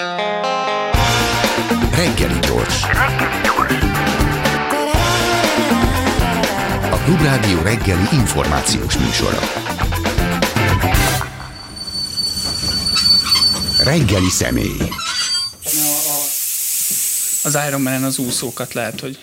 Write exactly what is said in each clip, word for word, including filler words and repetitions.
Reggeli gyors. A Klubrádió reggeli információs műsora. Reggeli személy. Az Iron Man-en az úszókat lehet, hogy...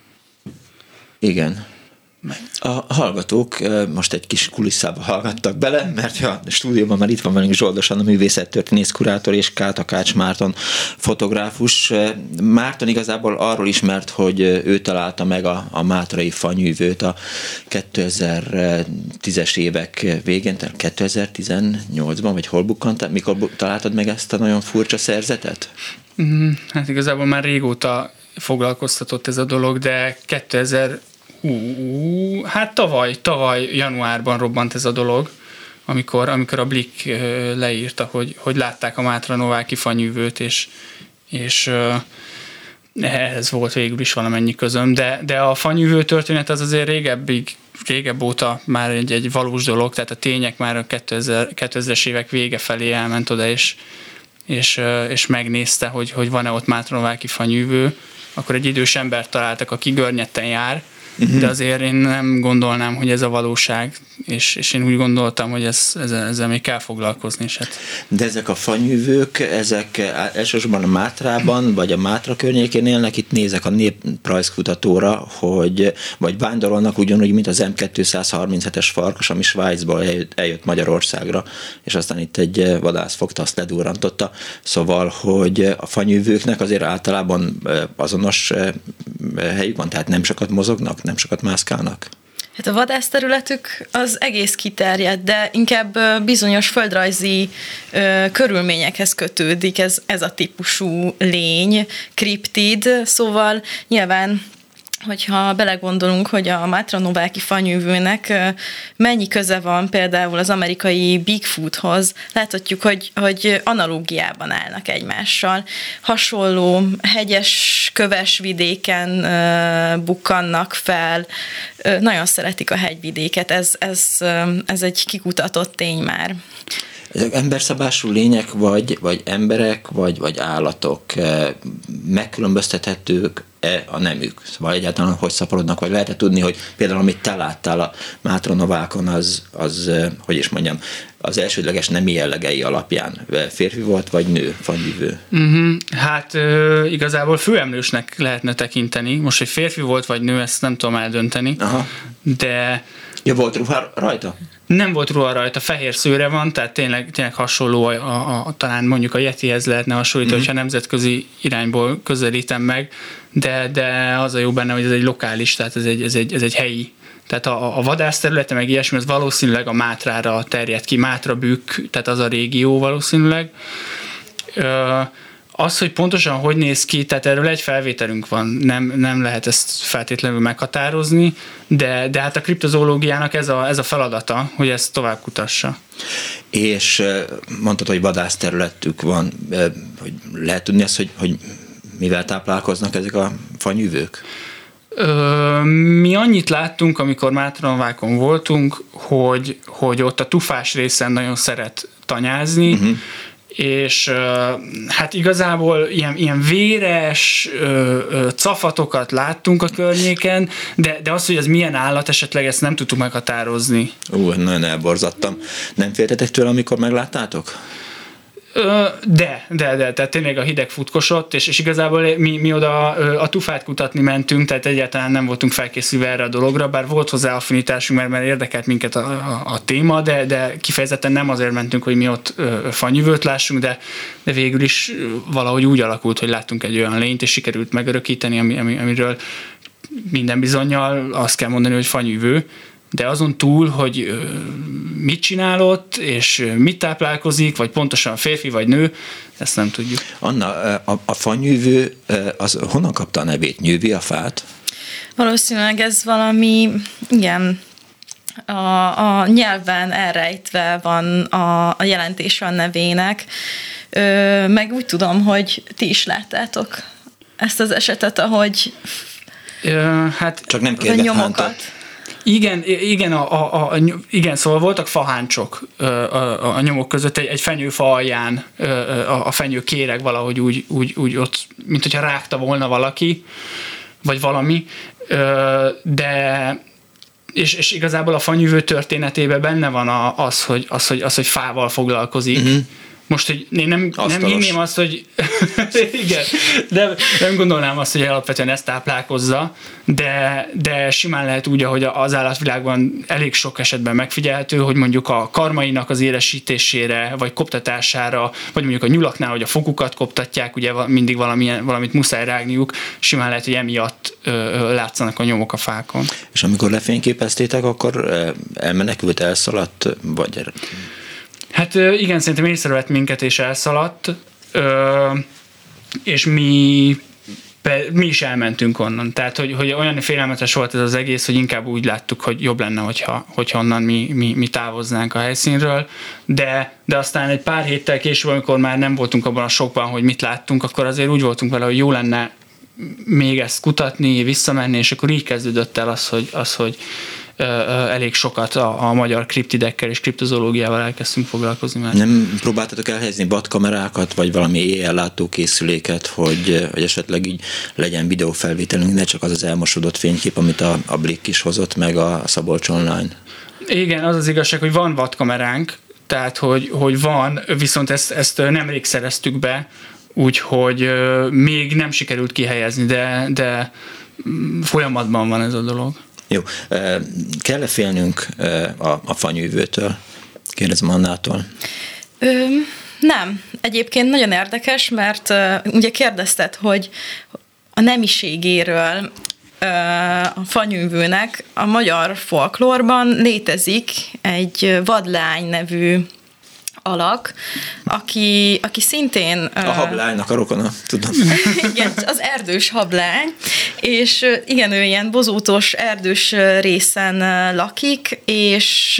Igen. A hallgatók most egy kis kulisszába hallgattak bele, mert a stúdióban már itt van velünk Zsoldos Anna, művészettörténész, kurátor, és Takács Márton, fotográfus. Márton igazából arról ismert, hogy ő találta meg a, a mátrai fanyűvőt a kétezer-tízes évek végén, tehát kétezer-tizennyolcban, vagy hol bukkant? Mikor találtad meg ezt a nagyon furcsa szerzetet? Mm, hát igazából már régóta foglalkoztatott ez a dolog, de kétezer Hú, hát tavaly, tavaly januárban robbant ez a dolog, amikor, amikor a Blick leírta, hogy, hogy látták a Mátra-Nováki fanyűvőt, és, és ehhez volt végül is valamennyi közöm, de, de a fanyűvő történet az azért régebbig, régebb óta már egy, egy valós dolog, tehát a tények már a kétezres évek vége felé elment oda, és, és, és megnézte, hogy, hogy van-e ott Mátra-Nováki fanyűvő. Akkor egy idős embert találtak, aki görnyetten jár, uh-huh. de azért én nem gondolnám, hogy ez a valóság, és, és én úgy gondoltam, hogy ez, ezzel, ezzel még kell foglalkozni. És hát. De ezek a fanyűvők, ezek elsősorban a Mátrában, vagy a Mátra környékén élnek, itt nézek a néprajzkutatóra, hogy vagy vándorolnak ugyanúgy, mint az em kétszázharminchetes farkas, ami Svájcból eljött, eljött Magyarországra, és aztán itt egy vadász fogta, azt ledurrantotta. Szóval, hogy a fanyűvőknek azért általában azonos helyük van, tehát nem sokat mozognak, nem sokat mászkálnak. Hát a vadászterületük az egész kiterjedt, de inkább bizonyos földrajzi ö, körülményekhez kötődik ez, ez a típusú lény, kriptid, szóval nyilván, hogyha belegondolunk, hogy a Mátra-Nováki fanyűvőnek mennyi köze van például az amerikai Bigfoothoz, láthatjuk, hogy, hogy analógiában állnak egymással. Hasonló hegyes, köves vidéken bukkannak fel, nagyon szeretik a hegyvidéket, ez, ez, ez egy kikutatott tény már. Ezek emberszabású lények, vagy, vagy emberek, vagy, vagy állatok, megkülönböztethetők a nemük? Szóval egyáltalán hogy szaporodnak, vagy lehet tudni, hogy például amit te láttál a Mátra-Novákon, az, az, hogy is mondjam, az elsődleges nemi jellegei alapján férfi volt, vagy nő, fanyűvő? Uh-huh. Hát uh, igazából főemlősnek lehetne tekinteni. Most, hogy férfi volt, vagy nő, ezt nem tudom eldönteni. Aha. De... Ja, volt ruha rajta? Nem volt ruha rajta, fehér szőre van, tehát tényleg, tényleg hasonló, a, a, a, talán mondjuk a Yetihez lehetne hasonlítani, mm-hmm. hogyha nemzetközi irányból közelítem meg, de, de az a jó benne, hogy ez egy lokális, tehát ez egy, ez egy, ez egy helyi. Tehát a, a vadászterülete meg ilyesmi, az valószínűleg a Mátrára terjed ki, Mátra-Bükk, tehát az a régió valószínűleg. Ö, Az, hogy pontosan hogy néz ki, tehát erről egy felvételünk van, nem, nem lehet ezt feltétlenül meghatározni, de, de hát a kriptozoológiának ez a, ez a feladata, hogy ezt tovább kutassa. És mondtad, hogy vadászterületük van, hogy lehet tudni azt, hogy, hogy mivel táplálkoznak ezek a fanyűvők? Ö, mi annyit láttunk, amikor Mátra-Novákon voltunk, hogy, hogy ott a tufás részen nagyon szeret tanyázni, uh-huh. és hát igazából ilyen, ilyen véres ö, ö, cafatokat láttunk a környéken, de, de az, hogy ez milyen állat, esetleg ezt nem tudtuk meghatározni. Ú, nagyon elborzadtam. Nem féltetek tőle, amikor megláttátok? De, de, de, tehát tényleg a hideg futkosott, és, és igazából mi, mi oda a tufát kutatni mentünk, tehát egyáltalán nem voltunk felkészülve erre a dologra, bár volt hozzá affinitásunk, mert, mert érdekelt minket a, a, a téma, de, de kifejezetten nem azért mentünk, hogy mi ott fanyűvőt lássunk, de, de végül is valahogy úgy alakult, hogy láttunk egy olyan lényt, és sikerült megörökíteni, ami, ami, amiről minden bizonnyal azt kell mondani, hogy fanyűvő. De azon túl, hogy mit csinálott, és mit táplálkozik, vagy pontosan férfi vagy nő, ezt nem tudjuk. Anna, a, a fanyűvő, az honnan kapta a nevét? Nyűvi a fát? Valószínűleg ez valami, igen, a, a nyelven elrejtve van a, a jelentése a nevének. Ö, meg úgy tudom, hogy ti is láttátok ezt az esetet, ahogy Ö, hát csak nem kérget nyomokat. Igen, igen, a, a, a, igen, szóval voltak faháncsok a, a, a nyomok között, egy, egy fenyőfa alján a, a fenyő kéreg valahogy úgy, úgy, úgy ott, mint hogyha rágta volna valaki, vagy valami, de és, és igazából a fanyűvő történetében benne van az, hogy, az, hogy, az, hogy fával foglalkozik. Uh-huh. Most, hogy én nem, nem hinném azt, hogy igen, de nem gondolnám azt, hogy alapvetően ezt táplálkozza, de, de simán lehet úgy, ahogy az állatvilágban elég sok esetben megfigyelhető, hogy mondjuk a karmainak az élesítésére, vagy koptatására, vagy mondjuk a nyulaknál, hogy a fokukat koptatják, ugye mindig valamilyen, valamit muszáj rágniuk, simán lehet, hogy emiatt ö, ö, látszanak a nyomok a fákon. És amikor lefényképeztétek, akkor elmenekült, elszaladt, vagy... Hát igen, szerintem észrevett minket és elszaladt, és mi, mi is elmentünk onnan. Tehát, hogy, hogy olyan félelmetes volt ez az egész, hogy inkább úgy láttuk, hogy jobb lenne, hogyha, hogyha onnan mi, mi, mi távoznánk a helyszínről, de, de aztán egy pár héttel később, amikor már nem voltunk abban a sokban, hogy mit láttunk, akkor azért úgy voltunk vele, hogy jó lenne még ezt kutatni, visszamenni, és akkor így kezdődött el az, hogy, az, hogy elég sokat a, a magyar kriptidekkel és kriptozoológiával elkezdtünk foglalkozni már. Nem próbáltatok elhelyezni vadkamerákat, vagy valami éjjellátó készüléket, hogy, hogy esetleg így legyen videófelvételünk, ne csak az az elmosódott fénykép, amit a, a Blikk is hozott, meg a Szabolcs Online? Igen, az az igazság, hogy van vadkameránk, tehát hogy, hogy van, viszont ezt, ezt nemrég szereztük be, úgyhogy még nem sikerült kihelyezni, de, de folyamatban van ez a dolog. Jó. Kell-e félnünk a, a fanyűvőtől? Kérdezem Annától. Ö, nem. Egyébként nagyon érdekes, mert uh, ugye kérdezted, hogy a nemiségéről uh, a fanyűvőnek a magyar folklórban létezik egy vadlány nevű alak, aki, aki szintén... A hablánynak a rokona, tudom. Igen, az erdős hablány, és igen, ő ilyen bozótos erdős részen lakik, és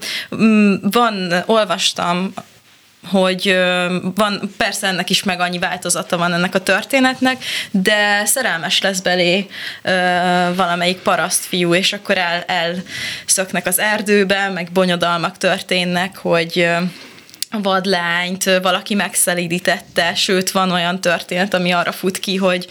van, olvastam, hogy van, persze ennek is meg annyi változata van ennek a történetnek, de szerelmes lesz belé valamelyik parasztfiú, és akkor el, elszöknek az erdőbe, meg bonyodalmak történnek, hogy a vadlányt valaki megszelídítette, sőt van olyan történet, ami arra fut ki, hogy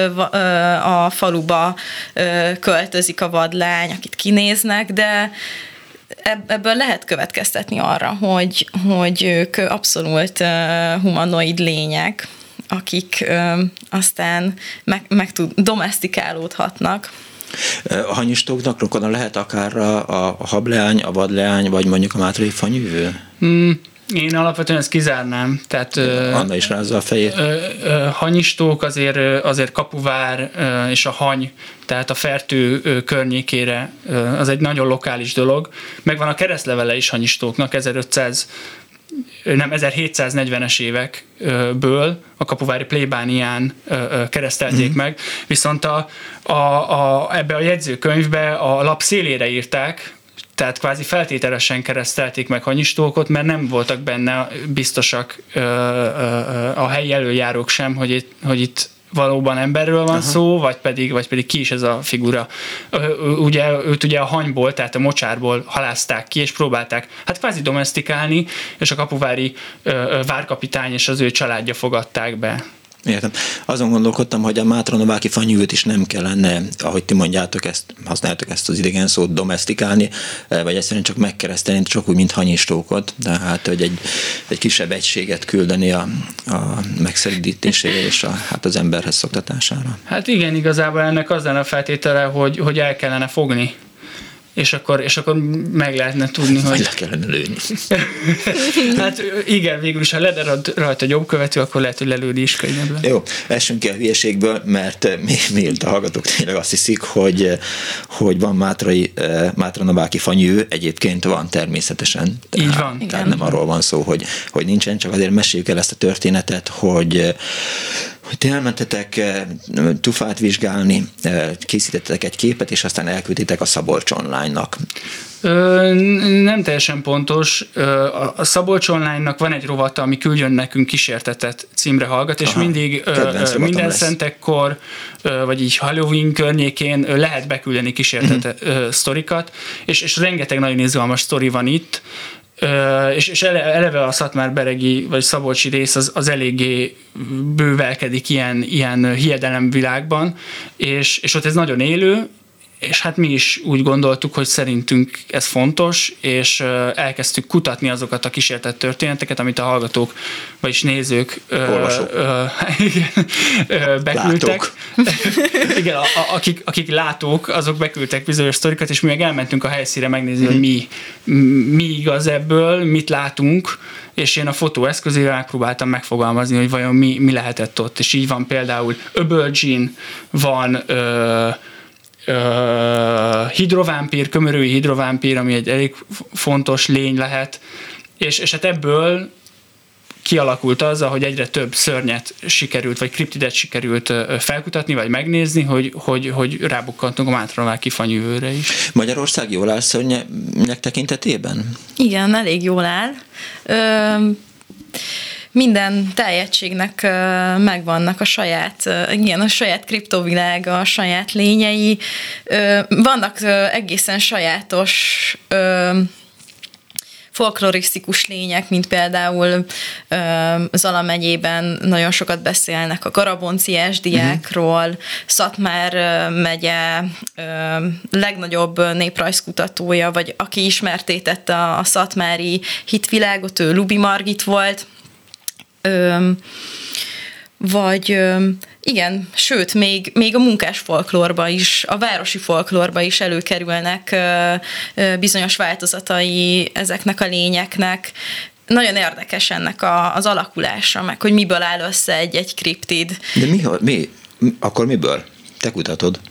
a faluba költözik a vadlány, akit kinéznek, de ebből lehet következtetni arra, hogy, hogy ők abszolút humanoid lények, akik aztán meg, meg tud, domesztikálódhatnak. A hanyistóknak rokona lehet akár a, a hableány, a vadleány, vagy mondjuk a mátrai fanyűvő? Hmm. Én alapvetően ezt kizárnám. Tehát, Anna is rázza a fejét. Ö, ö, hanyistók azért, azért Kapuvár ö, és a hany, tehát a Fertő ö, környékére, ö, az egy nagyon lokális dolog. Megvan a keresztlevele is hanyistóknak, ezerötszáz, nem, ezerhétszáznegyvenes évekből a kapuvári plébánián keresztelték mm. meg, viszont a, a, a, ebbe a jegyzőkönyvbe a lap szélére írták, tehát kvázi feltételesen keresztelték meg hanyistókot, mert nem voltak benne biztosak ö, ö, a helyi előjárók sem, hogy itt, hogy itt valóban emberről van Aha. szó, vagy pedig, vagy pedig ki is ez a figura. Ugye, őt ugye a hanyból, tehát a mocsárból halázták ki, és próbálták hát kvázi domesztikálni, és a kapuvári ö, ö, várkapitány és az ő családja fogadták be. Értem. Azon gondolkodtam, hogy a mátranováki fanyűvőt is nem kellene, ahogy ti mondjátok, ezt, használjátok ezt az idegen szót, domesztikálni, vagy egyszerűen csak megkeresztelni, csak úgy, mint hanyistókot, tehát, hogy egy, egy kisebb egységet küldeni a, a megszeridítésére és a, hát az emberhez szoktatására. Hát igen, igazából ennek az lenne a feltétele, hogy, hogy el kellene fogni. És akkor, és akkor meg lehetne tudni, hogy... le kellene lőni. Hát igen, végül is, ha leder rajta gyomkövető, akkor lehet, hogy lelőni is könnyebb. Jó, essünk ki a hülyeségből, mert mi, miért a hallgatók tényleg azt hiszik, hogy, hogy van mátrai, mátranováki fanyű, egyébként van természetesen. Tehát, így van. Tehát nem arról van szó, hogy, hogy nincsen, csak azért meséljük el ezt a történetet, hogy hogy ti elmentetek tufát vizsgálni, készítettek egy képet, és aztán elküldtétek a Szabolcs Online-nak. Ö, nem teljesen pontos. Ö, a Szabolcs Online-nak van egy rovata, ami Küldjön nekünk kísértetet címre hallgat, és Aha, mindig ö, minden lesz. Szentekkor, ö, vagy így Halloween környékén ö, lehet beküldeni kísértete uh-huh. ö, sztorikat, és, és rengeteg nagyon izgalmas sztori van itt, ö, és, és eleve a Szatmár-Beregi vagy Szabolcsi rész az, az eléggé bővelkedik ilyen, ilyen hiedelemvilágban, és, és ott ez nagyon élő, és hát mi is úgy gondoltuk, hogy szerintünk ez fontos, és elkezdtük kutatni azokat a kísértett történeteket, amit a hallgatók, vagyis nézők Olvasók. Ö, ö, beküldtek. Igen, a, a, akik, akik látók, azok beküldtek bizonyos sztorikat, és mi meg elmentünk a helyszínre megnézni, hmm. hogy mi, mi igaz ebből, mit látunk, és én a fotó eszközével megpróbáltam megfogalmazni, hogy vajon mi, mi lehetett ott. És így van például öböldzsin, van ö, Uh, hidrovámpír, kömörői hidrovámpír, ami egy elég fontos lény lehet, és, és hát ebből kialakult az, hogy egyre több szörnyet sikerült, vagy kriptidet sikerült felkutatni, vagy megnézni, hogy, hogy, hogy rábukkantunk a Mátravár kifanyűvőre is. Magyarország jól áll szörnyek tekintetében? Igen, elég jól áll. Ö- Minden tájegységnek megvannak a saját, igen, a saját kriptovilága, a saját lényei. Vannak egészen sajátos folklorisztikus lények, mint például Zala megyében nagyon sokat beszélnek a garabonci esdiákról, uh-huh. Szatmár megye legnagyobb néprajzkutatója, vagy aki ismertétette a, a szatmári hitvilágot, ő Lubi Margit volt. Ö, vagy ö, igen, sőt, még, még a munkás folklórba is, a városi folklórba is előkerülnek ö, ö, bizonyos változatai ezeknek a lényeknek. Nagyon érdekes ennek a, az alakulása, meg hogy miből áll össze egy, egy kriptid. De mi, mi? Akkor miből? Te kutatod.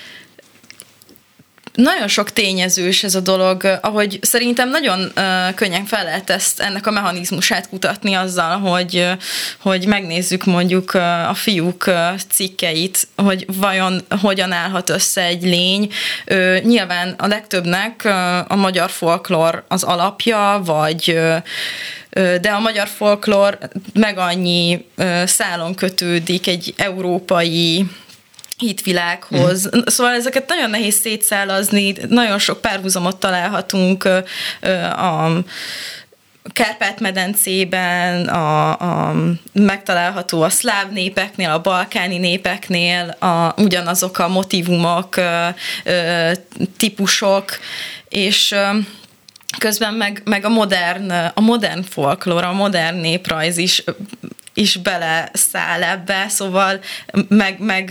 Nagyon sok tényezős ez a dolog, ahogy szerintem nagyon uh, könnyen fel lehet ezt, ennek a mechanizmusát kutatni azzal, hogy, uh, hogy megnézzük mondjuk uh, a fiúk uh, cikkeit, hogy vajon hogyan állhat össze egy lény. Uh, nyilván a legtöbbnek uh, a magyar folklór az alapja, vagy uh, de a magyar folklór meg annyi uh, szálon kötődik egy európai hitvilághoz. Mm. Szóval ezeket nagyon nehéz szétszálazni, nagyon sok párhuzamot találhatunk a Kárpát-medencében, a, a, megtalálható a szláv népeknél, a balkáni népeknél, a, ugyanazok a motívumok, típusok, és közben meg, meg a modern, a modern folklór, a modern néprajz is is beleszáll ebbe, szóval meg, meg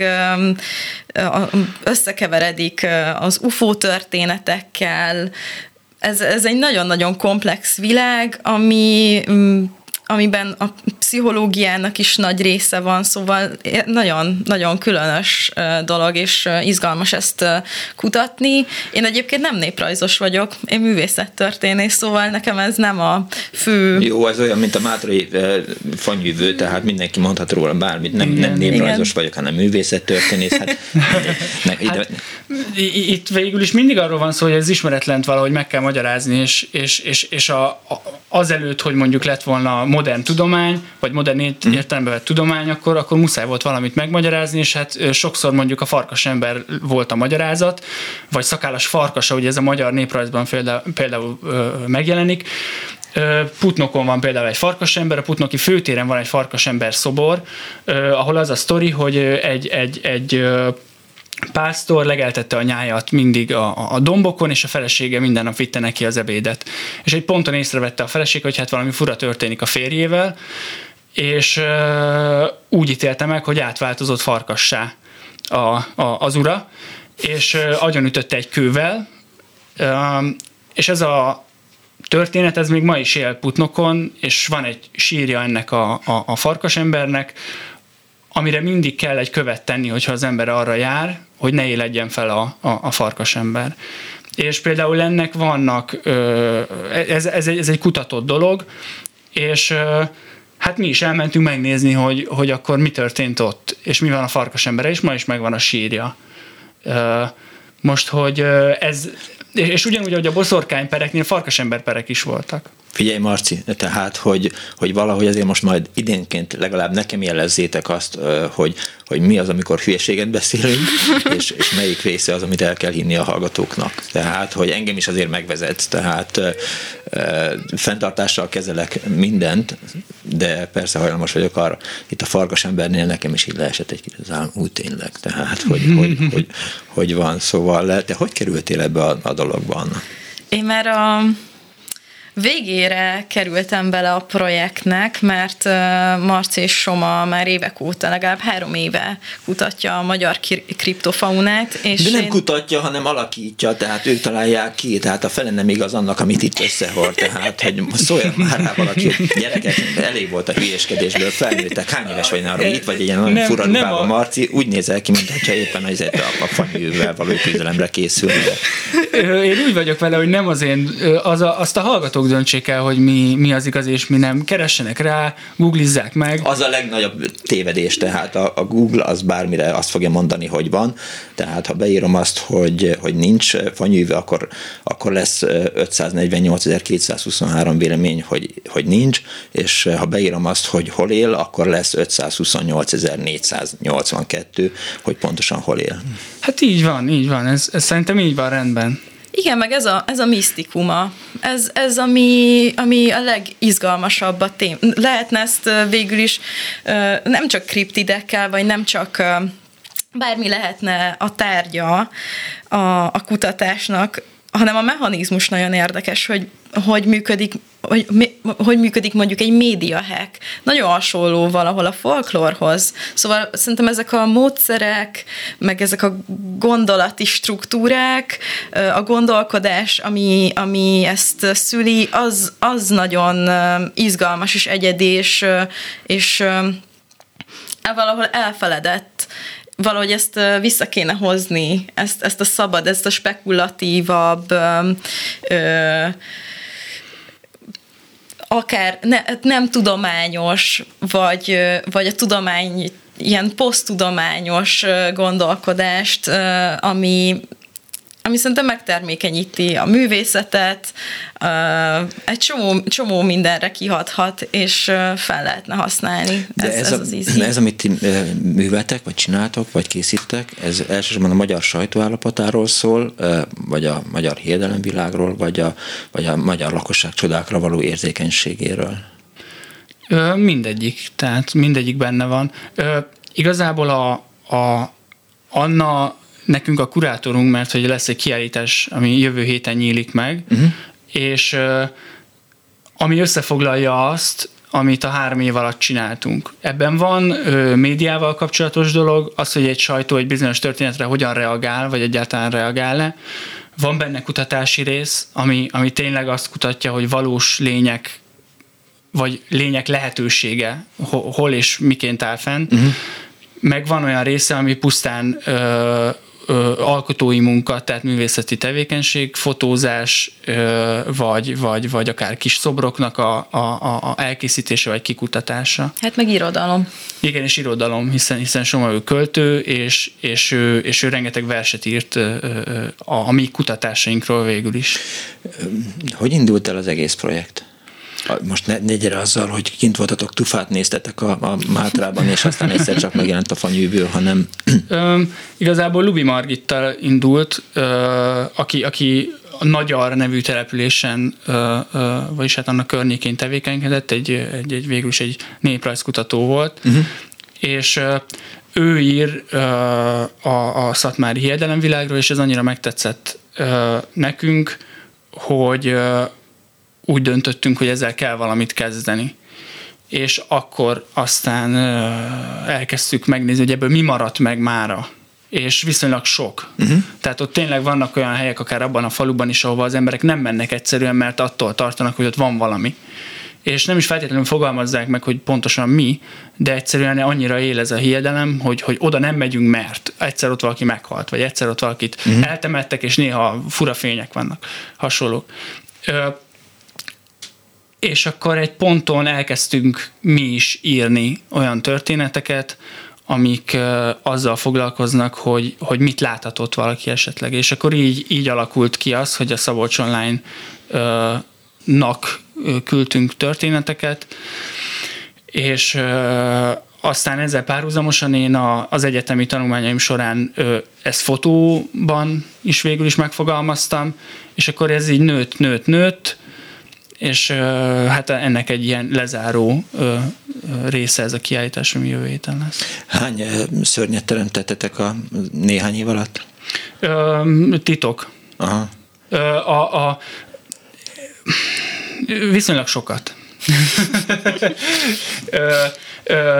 összekeveredik az u f o történetekkel. Ez, ez egy nagyon-nagyon komplex világ, ami, amiben a pszichológiának is nagy része van, szóval nagyon-nagyon különös dolog, és izgalmas ezt kutatni. Én egyébként nem néprajzos vagyok, én művészettörténész, szóval nekem ez nem a fő... Jó, ez olyan, mint a mátrai fanyűvő, tehát mindenki mondhat róla bármit, nem, nem néprajzos vagyok, hanem művészettörténész. Hát, ne, hát, itt végül is mindig arról van szó, hogy ez ismeretlent valahogy meg kell magyarázni, és, és, és, és a, a, azelőtt, hogy mondjuk lett volna modern tudomány, vagy modern értelembe vett tudomány, akkor, akkor muszáj volt valamit megmagyarázni, és hát sokszor mondjuk a farkasember volt a magyarázat, vagy szakállas farkasa, ugye ez a magyar néprajzban például, például ö, megjelenik. Putnokon van például egy farkasember, a putnoki főtéren van egy farkasember szobor, ö, ahol az a sztori, hogy egy, egy, egy pásztor legeltette a nyájat mindig a, a dombokon, és a felesége minden nap vitte neki az ebédet. És egy ponton észrevette a feleség, hogy hát valami fura történik a férjével, és uh, úgy ítélte meg, hogy átváltozott farkassá a, a, az ura, és uh, agyonütötte egy kővel, uh, és ez a történet, ez még ma is él Putnokon, és van egy sírja ennek a, a, a farkasembernek, amire mindig kell egy követ tenni, hogyha az ember arra jár, hogy ne éledjen fel a, a, a farkasember. És például ennek vannak, ez, ez, egy, ez egy kutatott dolog, és hát mi is elmentünk megnézni, hogy, hogy akkor mi történt ott, és mi van a farkasembere, és ma is megvan a sírja. Most, hogy ez, És, és ugyanúgy, hogy a boszorkánypereknél farkasemberperek is voltak. Figyelj, Marci, tehát, hogy, hogy valahogy azért most majd idénként legalább nekem jelezzétek azt, hogy, hogy mi az, amikor hülyeséget beszélünk, és, és melyik része az, amit el kell hinni a hallgatóknak. Tehát, hogy engem is azért megvezetsz, tehát e, fenntartással kezelek mindent, de persze hajlamos vagyok arra. Itt a farkasembernél nekem is így leesett egy kicsit az állam, úgy tényleg, tehát, hogy, hogy, hogy, hogy van, szóval, te hogy kerültél ebbe a, a dologban? Én már a végére kerültem bele a projektnek, mert Marci és Soma már évek óta, legalább három éve kutatja a magyar kriptofaunát. És De nem én... kutatja, hanem alakítja, tehát ők találják ki, tehát a fele nem igaz annak, amit itt összehord, tehát hogy szóljon már rá valaki, gyerekek, elég volt a hülyeskedésből, felnőttek, hány éves vagy náról, itt vagy egy ilyen nagyon fura ruhában, a... Marci, úgy nézel ki, mintha éppen az a, a fanyűvel való küzdelemre készül. Én úgy vagyok vele, hogy nem az én, az a, azt a hallgatók döntsék el, hogy mi, mi az igaz és mi nem. Keressenek rá, googlizzák meg. Az a legnagyobb tévedés, tehát a, a Google az bármire azt fogja mondani, hogy van, tehát ha beírom azt, hogy, hogy nincs fanyűve, akkor, akkor lesz ötszáznegyvennyolcezer-kétszázhuszonhárom vélemény, hogy, hogy nincs, és ha beírom azt, hogy hol él, akkor lesz ötszázhuszonnyolcezer-négyszáznyolcvankettő, hogy pontosan hol él. Hát így van, így van, ez, ez szerintem így van rendben. Igen, meg ez a, ez a misztikuma, ez, ez ami, ami a legizgalmasabb a tém. Lehetne ezt végül is nem csak kriptidekkel, vagy nem csak bármi lehetne a tárgya a, a kutatásnak, hanem a mechanizmus nagyon érdekes, hogy hogy működik, hogy, hogy működik mondjuk egy média hack. Nagyon hasonló valahol a folklórhoz. Szóval szerintem ezek a módszerek, meg ezek a gondolati struktúrák, a gondolkodás, ami, ami ezt szüli, az, az nagyon izgalmas és egyedi, és, és valahol elfeledett. Valahogy ezt vissza kéne hozni, ezt, ezt a szabad, ezt a spekulatívabb, ö, ö, akár ne, nem tudományos, vagy, vagy a tudomány, ilyen poszttudományos gondolkodást, ami, ami szerintem megtermékenyíti a művészetet, egy csomó, csomó mindenre kihathat, és fel lehetne használni. De ez, ez, ez, a, az ízi. ez, amit ti műveltek, vagy csináltok, vagy készítek, ez elsősorban a magyar sajtóállapotáról szól, vagy a magyar hirdelemvilágról, vagy a, vagy a magyar lakosság csodákra való érzékenységéről? Ö, mindegyik, tehát mindegyik benne van. Ö, igazából a, a Anna nekünk a kurátorunk, mert hogy lesz egy kiállítás, ami jövő héten nyílik meg, uh-huh. és uh, ami összefoglalja azt, amit a három év alatt csináltunk. Ebben van uh, médiával kapcsolatos dolog, az, hogy egy sajtó egy bizonyos történetre hogyan reagál, vagy egyáltalán reagál-e. Van benne kutatási rész, ami, ami tényleg azt kutatja, hogy valós lények, vagy lények lehetősége, hol és miként áll fenn. Uh-huh. Meg van olyan része, ami pusztán uh, alkotói munka, tehát művészeti tevékenység, fotózás, vagy, vagy, vagy akár kis szobroknak a, a, a elkészítése, vagy kikutatása. Hát meg irodalom. Igen, és irodalom, hiszen, hiszen Soma ő költő, és, és, ő, és ő rengeteg verset írt a, a mi kutatásainkról végül is. Hogy indult el az egész projekt? Most ne, ne gyere azzal, hogy kint voltatok, tufát néztetek a, a Mátrában, és aztán egyszer csak megjelent a fanyűből, hanem... Ö, igazából Lubi Margittal indult, ö, aki, aki a Nagyar nevű településen, ö, ö, vagyis hát annak környékén tevékenykedett, egy, egy, egy végül is egy néprajzkutató volt, uh-huh. és ö, ő ír ö, a, a szatmári hirdelemvilágról, és ez annyira megtetszett ö, nekünk, hogy ö, úgy döntöttünk, hogy ezzel kell valamit kezdeni. És akkor aztán uh, elkezdtük megnézni, hogy ebből mi maradt meg mára. És viszonylag sok. Uh-huh. Tehát ott tényleg vannak olyan helyek, akár abban a faluban is, ahova az emberek nem mennek egyszerűen, mert attól tartanak, hogy ott van valami. És nem is feltétlenül fogalmazzák meg, hogy pontosan mi, de egyszerűen annyira él ez a hiedelem, hogy, hogy oda nem megyünk, mert egyszer ott valaki meghalt, vagy egyszer ott valakit uh-huh. eltemettek, és néha fura fények vannak, hasonlók. Uh, És akkor egy ponton elkezdtünk mi is írni olyan történeteket, amik uh, azzal foglalkoznak, hogy, hogy mit láthatott valaki esetleg. És akkor így, így alakult ki az, hogy a Szabolcs Online-nak uh, küldtünk történeteket, és uh, aztán ezzel párhuzamosan én a, az egyetemi tanulmányaim során uh, ezt fotóban is végül is megfogalmaztam, és akkor ez így nőtt, nőtt, nőtt, és uh, hát ennek egy ilyen lezáró uh, része ez a kiállítás, ami jövő héten lesz. Hány uh, szörnyet teremtettetek a néhány év alatt? Uh, titok. Aha. Uh, a, a, viszonylag sokat. uh, uh,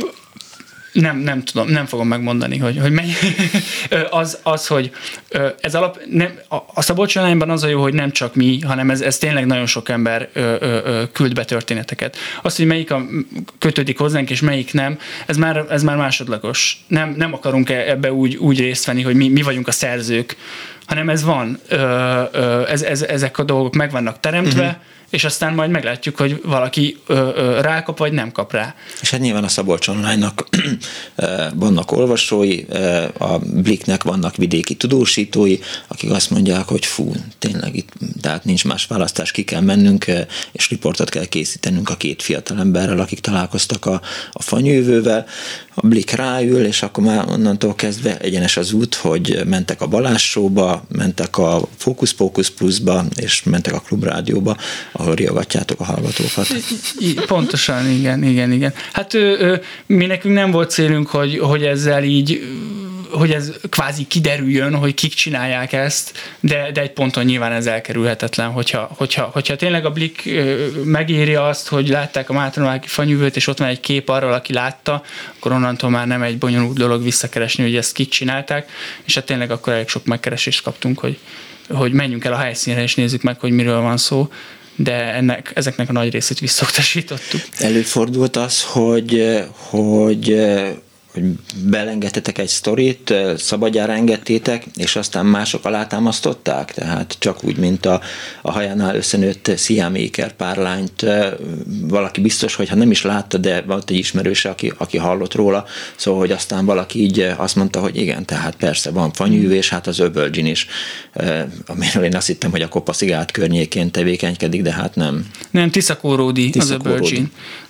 Nem, nem tudom, nem fogom megmondani, hogy, hogy mennyi. az, az, hogy ez alap, nem, a Szabolcs Online-ban az a jó, hogy nem csak mi, hanem ez, ez tényleg nagyon sok ember ö, ö, ö, küld be történeteket. Azt, hogy melyik a, kötődik hozzánk, és melyik nem, ez már, ez már másodlagos. Nem, nem akarunk ebbe úgy, úgy részt venni, hogy mi, mi vagyunk a szerzők, hanem ez van, ö, ö, ez, ez, ezek a dolgok meg vannak teremtve, uh-huh. és aztán majd meglátjuk, hogy valaki ö, ö, rákap, vagy nem kap rá. És hát nyilván a Szabolcs Online-nak vannak olvasói, a Blicknek vannak vidéki tudósítói, akik azt mondják, hogy fú, tényleg itt, tehát nincs más választás, ki kell mennünk, és riportot kell készítenünk a két fiatalemberrel, akik találkoztak a, a fanyővővel. A Blick ráül, és akkor már onnantól kezdve egyenes az út, hogy mentek a Balázs Show-ba, mentek a Focus Pocus Plus-ba, és mentek a Klubrádióba, ahol riogatjátok a hallgatókat. Pontosan, igen, igen, igen. Hát ő, ő, mi nekünk nem volt célunk, hogy, hogy ezzel így, hogy ez kvázi kiderüljön, hogy kik csinálják ezt, de, de egy ponton nyilván ez elkerülhetetlen, hogyha, hogyha, hogyha tényleg a Blick megéri azt, hogy látták a Mátramáki fanyűvőt, és ott van egy kép arról, aki látta, akkor onnantól már nem egy bonyolult dolog visszakeresni, hogy ezt kik csinálták, és hát tényleg akkor elég sok megkeresést kaptunk, hogy, hogy menjünk el a helyszínre, és nézzük meg, hogy miről van szó, de ennek, ezeknek a nagy részét visszautasítottuk. Előfordult az, hogy, hogy hogy belengedtetek egy sztorit, szabadjára engedtétek, és aztán mások alátámasztották, tehát csak úgy, mint a, a hajánál összenőtt sziáméker párlányt, valaki biztos, hogy ha nem is látta, de volt egy ismerőse, aki, aki hallott róla, szóval, hogy aztán valaki így azt mondta, hogy igen, tehát persze van fanyűvés, hát az Öbölgyin is, amiről én azt hittem, hogy a Kopaszigát környékén tevékenykedik, de hát nem. Nem, Tiszakóródi az Öbölgyin.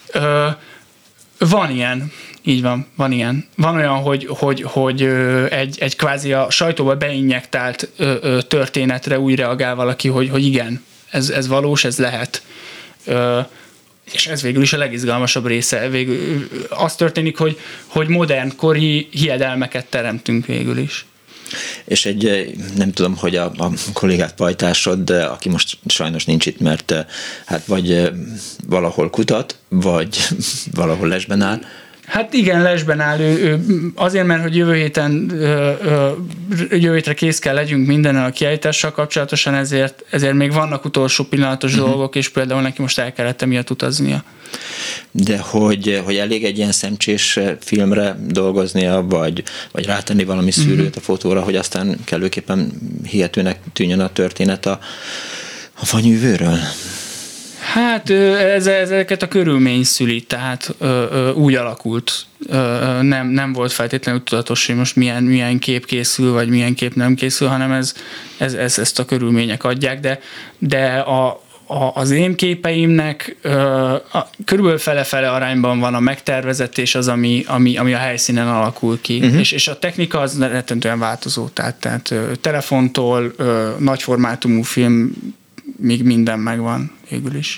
Van ilyen, így van, van ilyen. Van olyan, hogy, hogy, hogy egy, egy kvázi a sajtóba beinjektált történetre úgy reagál valaki, hogy, hogy igen, ez, ez valós, ez lehet. És ez végül is a legizgalmasabb része. Végül az történik, hogy, hogy modern kori hiedelmeket teremtünk végül is. És egy, nem tudom, hogy a, a kollégát pajtásod, aki most sajnos nincs itt, mert hát vagy valahol kutat, vagy valahol lesben áll. Hát igen, lesben áll ő, ő azért, mert hogy jövő héten jövő hétre kész kell legyünk mindennel a kiállítással kapcsolatosan, ezért, ezért még vannak utolsó pillanatos uh-huh. dolgok, és például neki most el kellett emiatt utaznia. De hogy, hogy elég egy ilyen szemcsés filmre dolgoznia, vagy, vagy rátenni valami szűrőt uh-huh. a fotóra, hogy aztán kellőképpen hihetőnek tűnjön a történet a, a fanyűvőről? Hát ez, ezeket a körülmény szüli, tehát ö, ö, úgy alakult. Ö, nem, nem volt feltétlenül tudatos, hogy most milyen, milyen kép készül, vagy milyen kép nem készül, hanem ez, ez, ez, ezt a körülmények adják, de, de a, a, az én képeimnek ö, a, körülbelül fele-fele arányban van a megtervezett, és az, ami, ami, ami a helyszínen alakul ki. Uh-huh. És, és a technika az rettentően változó, tehát, tehát ö, telefontól ö, nagyformátumú film még minden megvan végül is.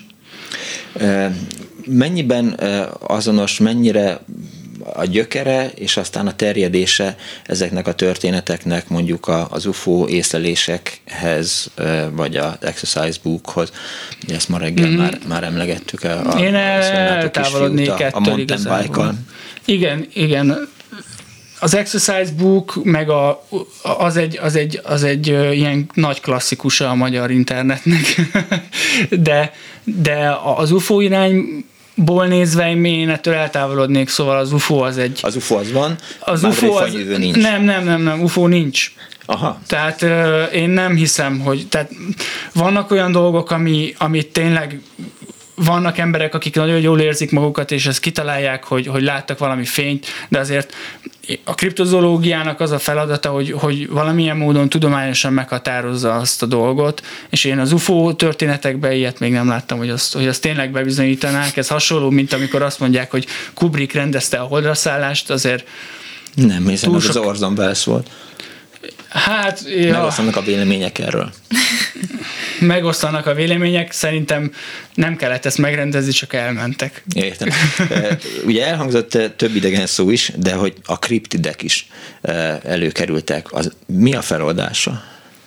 Mennyiben azonos, mennyire a gyökere, és aztán a terjedése ezeknek a történeteknek mondjuk az u f o észlelésekhez, vagy az Exercise Bookhoz? Ezt ma reggel mm. már, már emlegettük. A, Én eltávolodnék ettől igazából. Igen, igen. Az Exercise Book meg a, az, egy, az, egy, az egy ilyen nagy klasszikusa a magyar internetnek, de, de az u f o irányból nézve én ettől eltávolodnék, szóval az u f o az egy... Az u f o az van, az u f o az, nincs. Nem, nem, nem, nem, u f o nincs. Aha. Tehát én nem hiszem, hogy... Tehát vannak olyan dolgok, ami, amit tényleg vannak emberek, akik nagyon jól érzik magukat, és ezt kitalálják, hogy, hogy láttak valami fényt, de azért a kriptozoológiának az a feladata, hogy, hogy valamilyen módon tudományosan meghatározza azt a dolgot, és én az u f o történetekben ilyet még nem láttam, hogy azt, hogy azt tényleg bebizonyítanák. Ez hasonló, mint amikor azt mondják, hogy Kubrick rendezte a holdra szállást, azért nem, hiszen az sok... az Orson Welles volt. Hát, ja. Megosztanak a vélemények erről. Megosztanak a vélemények, szerintem nem kellett ezt megrendezni, csak elmentek. Értem. Ugye elhangzott több idegen szó is, de hogy a kriptidek is előkerültek. Az, mi a feloldása?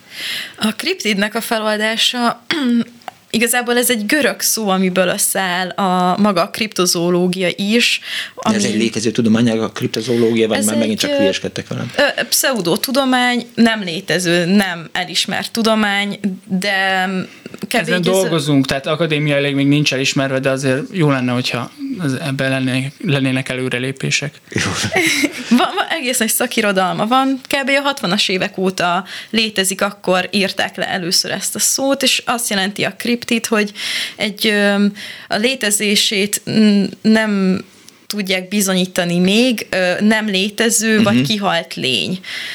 A kriptidnek a feloldása igazából ez egy görög szó, amiből összeáll a maga a kriptozoológia is. Ami... Ez egy létező tudományág, a kriptozoológia, vagy már megint csak hülyeskedtek velem? Pseudotudomány, nem létező, nem elismert tudomány, de kevés... Ezen dolgozunk, tehát akadémiailag még nincs elismerve, de azért jó lenne, hogyha ebben lennének, lennének előrelépések. van, van, egész nagy szakirodalma van, kb. A hatvanas évek óta létezik, akkor írták le először ezt a szót, és azt jelenti a kriptid, hogy egy a létezését nem tudják bizonyítani még, nem létező, uh-huh. vagy kihalt lény.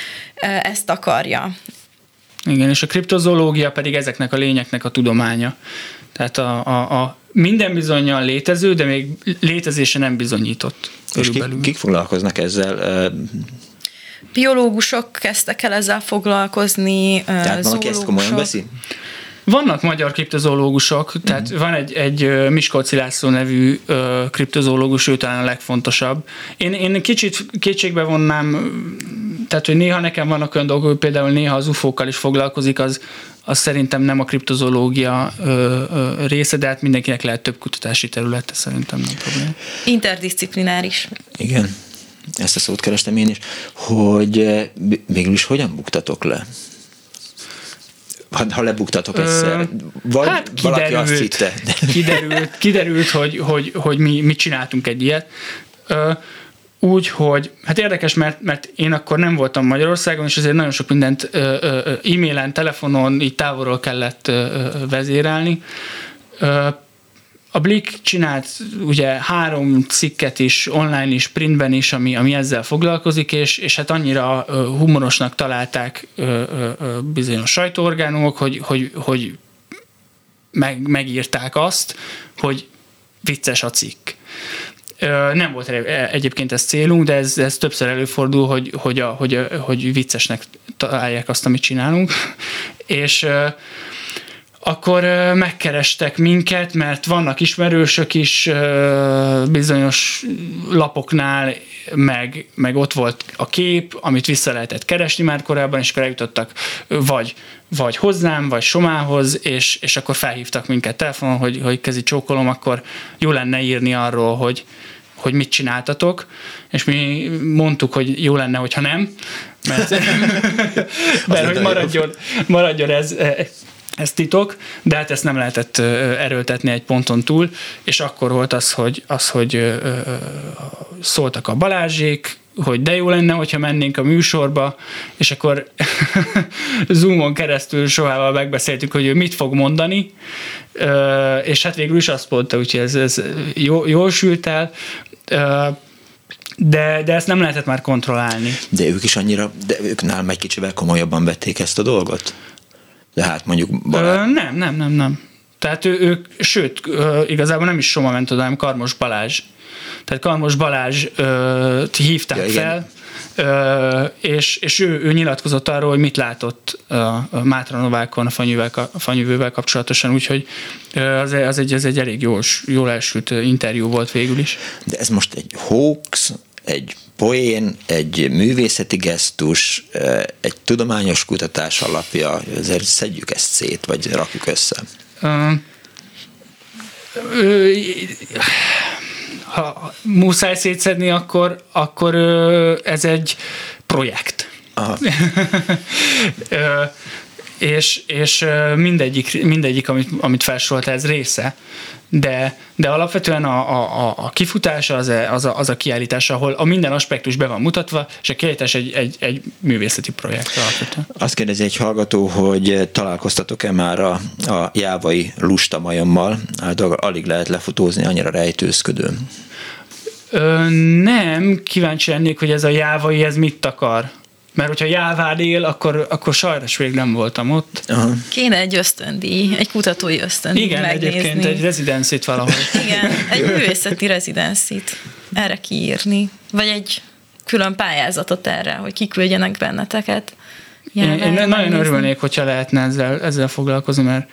Ezt akarja. Igen, és a kriptozoológia pedig ezeknek a lényeknek a tudománya. Tehát a, a, a minden bizonnyal létező, de még létezése nem bizonyított. És kik, kik foglalkoznak ezzel? Biológusok kezdtek el ezzel foglalkozni. Tehát valaki ezt komolyan veszi? Vannak magyar kriptozoológusok, uh-huh. tehát van egy, egy Miskolci László nevű ö, kriptozoológus, ő talán a legfontosabb. Én, én kicsit kétségbe vonnám, tehát hogy néha nekem vannak olyan dolgok, hogy például néha az u f o-kkal is foglalkozik, az, az szerintem nem a kriptozoológia ö, ö, része, de hát mindenkinek lehet több kutatási területe, szerintem nem probléma. Interdisziplináris. Igen, ezt a szót kerestem én is, hogy végül is hogyan buktatok le? Ha lebuktatok egyszer. Vagy hát valaki azt hitte. Kiderült, kiderült hogy, hogy, hogy mi mit csináltunk egy ilyet. Úgy, hogy hát érdekes, mert, mert én akkor nem voltam Magyarországon, és azért nagyon sok mindent e-mailen, telefonon, így távolról kellett vezérelni. A Blick csinált ugye három cikket is, online is, printben is, ami, ami ezzel foglalkozik, és, és hát annyira humorosnak találták bizonyos sajtóorgánumok, hogy, hogy, hogy meg, megírták azt, hogy vicces a cikk. Nem volt egyébként ez célunk, de ez, ez többször előfordul, hogy, hogy, a, hogy, a, hogy viccesnek találják azt, amit csinálunk. És akkor megkerestek minket, mert vannak ismerősök is bizonyos lapoknál, meg, meg ott volt a kép, amit vissza lehetett keresni már korábban, és akkor eljutottak vagy, vagy hozzám, vagy Somához, és, és akkor felhívtak minket telefonon, hogy, hogy kezi csókolom, akkor jó lenne írni arról, hogy, hogy mit csináltatok, és mi mondtuk, hogy jó lenne, hogyha nem, mert, mert hogy maradjon, maradjon ez... Ez titok, de hát ezt nem lehetett erőltetni egy ponton túl, és akkor volt az, hogy, az, hogy szóltak a Balázsék, hogy de jó lenne, hogyha mennénk a műsorba, és akkor Zoomon keresztül Sohával megbeszéltük, hogy ő mit fog mondani, és hát végül is azt mondta, úgyhogy ez, ez jól, jól sült el, de, de ezt nem lehetett már kontrollálni. De ők is annyira, de ők nálam egy kicsivel komolyabban vették ezt a dolgot? De hát mondjuk Balázs... Ö, nem, nem, nem, nem. Tehát ő, ők, sőt, ö, igazából nem is Soma ment oda, hanem Karmos Balázs. Tehát Karmos Balázs ö, hívták ja, fel, ö, és, és ő, ő nyilatkozott arról, hogy mit látott a, a Mátra Novákon a fanyűvel, a fanyűvővel kapcsolatosan, úgyhogy az, az, egy, az egy elég jól, jól elsült interjú volt végül is. De ez most egy hoax, egy poén, egy művészeti gesztus, egy tudományos kutatás alapja, ezért szedjük ezt szét, vagy rakjuk össze. Uh, uh, ha muszáj szétszedni, akkor, akkor uh, ez egy projekt. uh, és, és mindegyik, mindegyik amit, amit felsorolta, ez része, de, de alapvetően a, a, a kifutás az a, az, a, az a kiállítás, ahol a minden aspektus be van mutatva, és a kiállítás egy, egy, egy művészeti projekt alapvetően. Azt kérdezi egy hallgató, hogy találkoztatok-e már a, a jávai lustamajommal, általában alig lehet lefutózni, annyira rejtőzködő. Ö, nem, kíváncsi lennék, hogy ez a jávai, ez mit akar. Mert hogyha Jáván él, akkor, akkor sajnos még nem voltam ott. Aha. Kéne egy ösztöndíj, egy kutatói ösztöndíj Igen, megnézni. egyébként egy rezidenszit valahol. Igen, egy művészeti rezidenszit erre kiírni. Vagy egy külön pályázatot erre, hogy kiküldjenek benneteket. Én, én nagyon megnézni. Örülnék, hogyha lehetne ezzel, ezzel foglalkozni, mert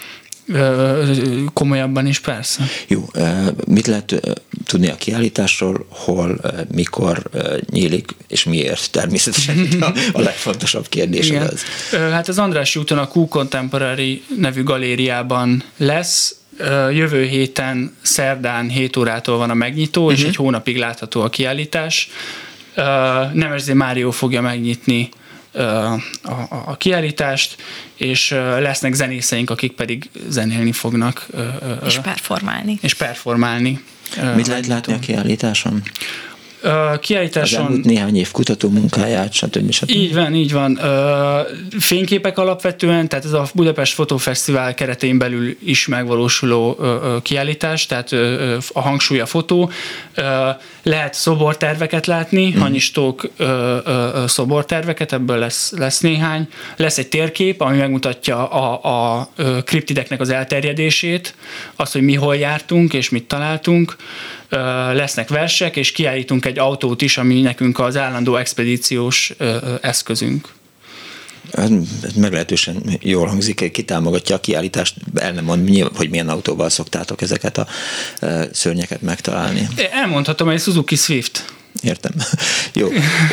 komolyabban is persze. Jó, mit lehet tudni a kiállításról, hol, mikor nyílik, és miért? Természetesen a, a legfontosabb kérdés igen. az. Hát az Andrássy úton a Q Contemporary nevű galériában lesz. Jövő héten szerdán hét órától van a megnyitó, uh-huh. és egy hónapig látható a kiállítás. Nemezdé Mário fogja megnyitni A, a, a kiállítást, és lesznek zenészeink, akik pedig zenélni fognak. És performálni. És performálni. Mit lehet látni a kiállításon? A kiállításon... Az elmúlt néhány év kutató munkáját, stb. stb. Így van, így van. Fényképek alapvetően, tehát ez a Budapest Fotófesztivál keretén belül is megvalósuló kiállítás, tehát a hangsúly a fotó. Lehet szoborterveket látni, hmm. hanyistók szoborterveket, ebből lesz, lesz néhány. Lesz egy térkép, ami megmutatja a, a kriptideknek az elterjedését, azt, hogy mi hol jártunk és mit találtunk. Lesznek versek, és kiállítunk egy autót is, ami nekünk az állandó expedíciós eszközünk. Ez meglehetősen jól hangzik, ki támogatja a kiállítást, el nem mond, hogy milyen autóval szoktátok ezeket a szörnyeket megtalálni. Elmondhatom, egy Suzuki Swift. Értem. Jó.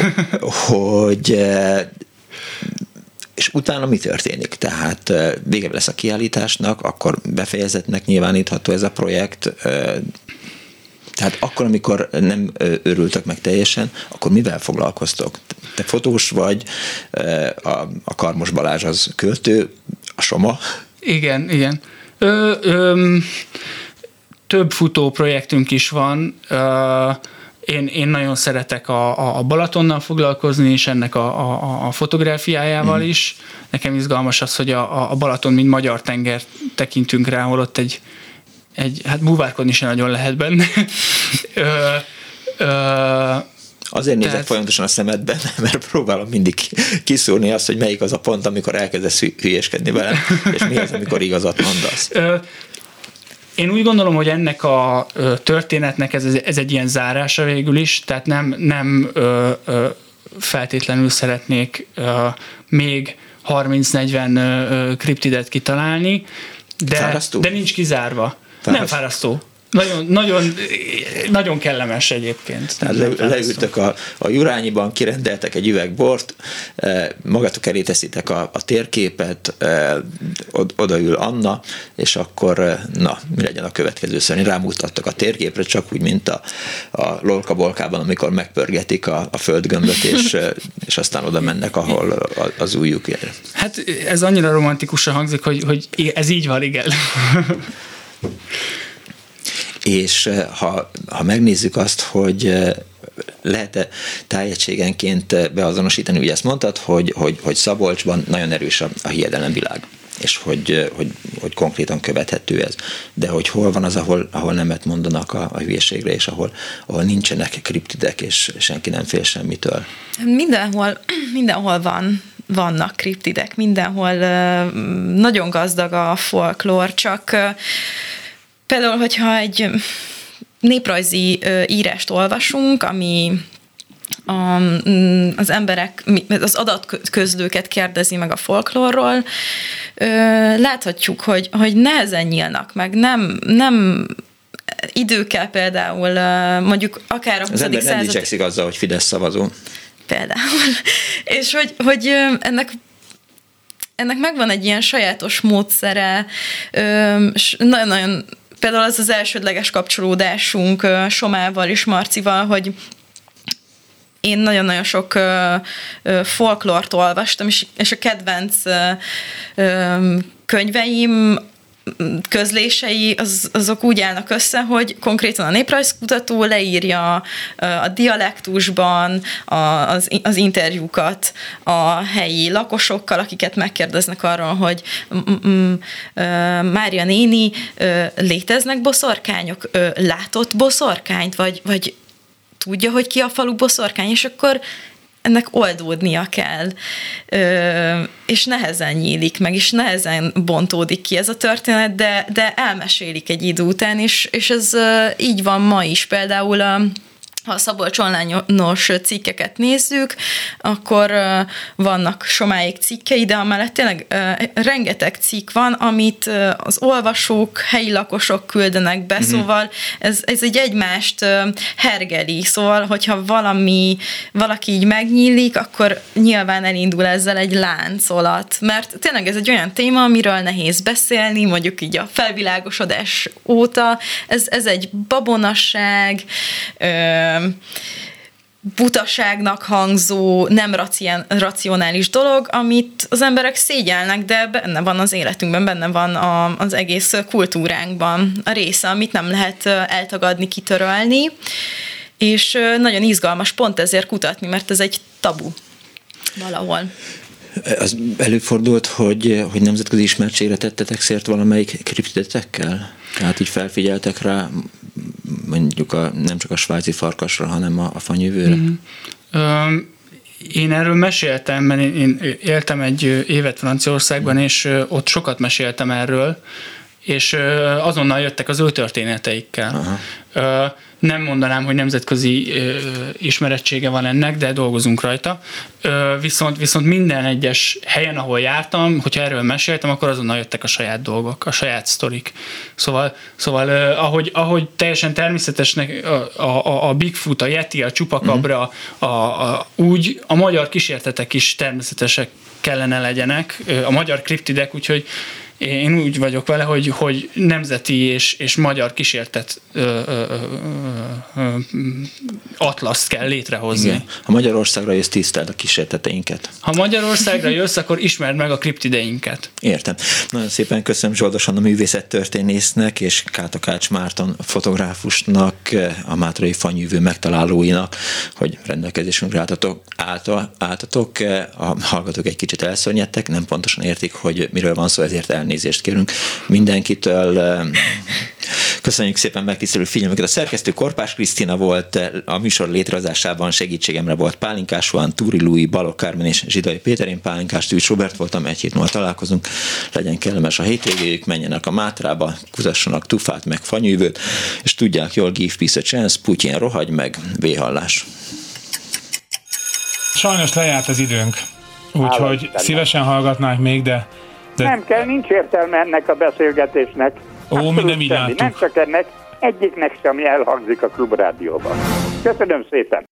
Hogy... És utána mi történik? Tehát vége lesz a kiállításnak, akkor befejezetnek nyilvánítható ez a projekt. Tehát akkor, amikor nem örültek meg teljesen, akkor mivel foglalkoztok? Te fotós vagy, a, a Karmos Balázs az költő, a Soma? Igen, igen. Ö, ö, több futó projektünk is van. Ö, én, én nagyon szeretek a, a Balatonnal foglalkozni, és ennek a, a, a fotográfiájával mm. is. Nekem izgalmas az, hogy a, a Balaton, mint magyar tenger tekintünk rá, hol ott egy Egy, hát búvárkodni sem nagyon lehet benne. ö, ö, Azért nézek tehát... folyamatosan a szemedben, mert próbálom mindig kiszúrni azt, hogy melyik az a pont, amikor elkezdesz hülyéskedni velem, és mi az, amikor igazat mondasz. Ö, én úgy gondolom, hogy ennek a történetnek ez, ez egy ilyen zárása végül is, tehát nem, nem ö, ö, feltétlenül szeretnék ö, még harminc-negyven ö, kriptidet kitalálni, de, de nincs kizárva. Fárasztó. Nem fárasztó. Nagyon, nagyon, nagyon kellemes egyébként. Le, leültök a, a Jurányiban, kirendeltek egy üveg bort, magatok elé teszitek a, a térképet, odaül Anna, és akkor na, mi legyen a következő szörny? Rámutattak a térképre, csak úgy, mint a, a Lolka-Bolkában, amikor megpörgetik a, a földgömböt, és, és aztán oda mennek, ahol az ujjuk ér. Hát ez annyira romantikusan hangzik, hogy, hogy ez így van, igen. És ha, ha megnézzük azt, hogy lehet-e tájegységenként beazonosítani, ugye ezt mondtad, hogy, hogy, hogy Szabolcsban nagyon erős a, a hiedelemvilág, és hogy, hogy, hogy konkrétan követhető ez. De hogy hol van az, ahol, ahol nemet mondanak a, a hülyeségre, és ahol, ahol nincsenek kriptidek, és senki nem fél semmitől? Mindenhol, mindenhol van. Vannak kriptidek, mindenhol nagyon gazdag a folklór, csak például, hogyha egy néprajzi írást olvasunk, ami az emberek, az adatközlőket kérdezi meg a folklórról, láthatjuk, hogy, hogy nehezen nyílnak meg, nem, nem idő kell például, mondjuk akár a huszadik század... Az ember nem dicsekszik azzal, hogy Fidesz szavazó. Például. És hogy, hogy ennek ennek megvan egy ilyen sajátos módszere, nagyon-nagyon, például az az elsődleges kapcsolódásunk Somával és Marcival, hogy én nagyon-nagyon sok ö, ö, folklort olvastam, és, és a kedvenc ö, ö, könyveim, közlései az, azok úgy állnak össze, hogy konkrétan a néprajzkutató leírja a dialektusban a, az, az interjúkat a helyi lakosokkal, akiket megkérdeznek arról, hogy Mária néni, léteznek boszorkányok? Látott boszorkányt? Vagy, vagy tudja, hogy ki a falu boszorkány? És akkor ennek oldódnia kell, Ö, és nehezen nyílik meg, és nehezen bontódik ki ez a történet, de, de elmesélik egy idő után, és, és ez így van ma is. Például a ha a Szabolcs online-os cikkeket nézzük, akkor uh, vannak somáig cikkei, de amellett tényleg uh, rengeteg cikk van, amit uh, az olvasók, helyi lakosok küldenek be, mm-hmm. szóval ez, ez egy egymást uh, hergeli, szóval hogyha valami, valaki így megnyílik, akkor nyilván elindul ezzel egy láncolat, mert tényleg ez egy olyan téma, amiről nehéz beszélni, mondjuk így a felvilágosodás óta, ez, ez egy babonasság, uh, butaságnak hangzó, nem racionális dolog, amit az emberek szégyelnek, de benne van az életünkben, benne van a, az egész kultúránkban a része, amit nem lehet eltagadni, kitörölni, és nagyon izgalmas pont ezért kutatni, mert ez egy tabu valahol. Az előfordult, hogy, hogy nemzetközi ismertségre tettetek szert valamelyik kriptidetekkel? Tehát így felfigyeltek rá mondjuk a, nem csak a svájci farkasra, hanem a, a fanyűvőre? Mm-hmm. Um, én erről meséltem, mert én, én éltem egy évet Franciaországban, és ott sokat meséltem erről, és azonnal jöttek az ő történeteikkel. Aha. Nem mondanám, hogy nemzetközi ismerettsége van ennek, de dolgozunk rajta. Viszont, viszont minden egyes helyen, ahol jártam, hogyha erről meséltem, akkor azonnal jöttek a saját dolgok, a saját sztorik. Szóval, szóval ahogy, ahogy teljesen természetesnek a, a, a Bigfoot, a Yeti, a Csupakabra, a, a, úgy a magyar kísértetek is természetesek kellene legyenek, a magyar kriptidek, úgyhogy én úgy vagyok vele, hogy, hogy nemzeti és, és magyar kísértet ö, ö, ö, ö, atlaszt kell létrehozni. Igen. Ha Magyarországra jössz, tiszteld a kísérteteinket. Ha Magyarországra jössz, akkor ismerd meg a kriptideinket. Értem. Nagyon szépen köszönöm Zsoldos Anna művészettörténésznek és Kátakács Márton fotográfusnak, a mátrai fanyűvő megtalálóinak, hogy rendelkezésünkre álltatok, állta, álltatok. A hallgatók egy kicsit elszörnyedtek, nem pontosan értik, hogy miről van szó, ezért el Elnézést kérünk mindenkitől. Köszönjük szépen megtisztelő figyelmüket. A szerkesztő Korpás Krisztina volt, a műsor létrehozásában segítségemre volt Pálinkás Juan, Túri Lui, Balogh Kármen és Zsidai Péter. Én Pálinkás Tűcs Robert voltam, egy hét múlva találkozunk. Legyen kellemes a hétvégéjük, menjenek a Mátrába, kutassanak tufát meg fanyűvőt, és tudják jól, give peace a chance, Putyin rohagy meg, véhallás. Sajnos lejárt az időnk, úgyhogy szívesen hallgatnánk még, de De... Nem kell, nincs értelme ennek a beszélgetésnek. Ó, mi nem így láttuk. Nem csak ennek, egyiknek sem elhangzik a Klubrádióban. Köszönöm szépen!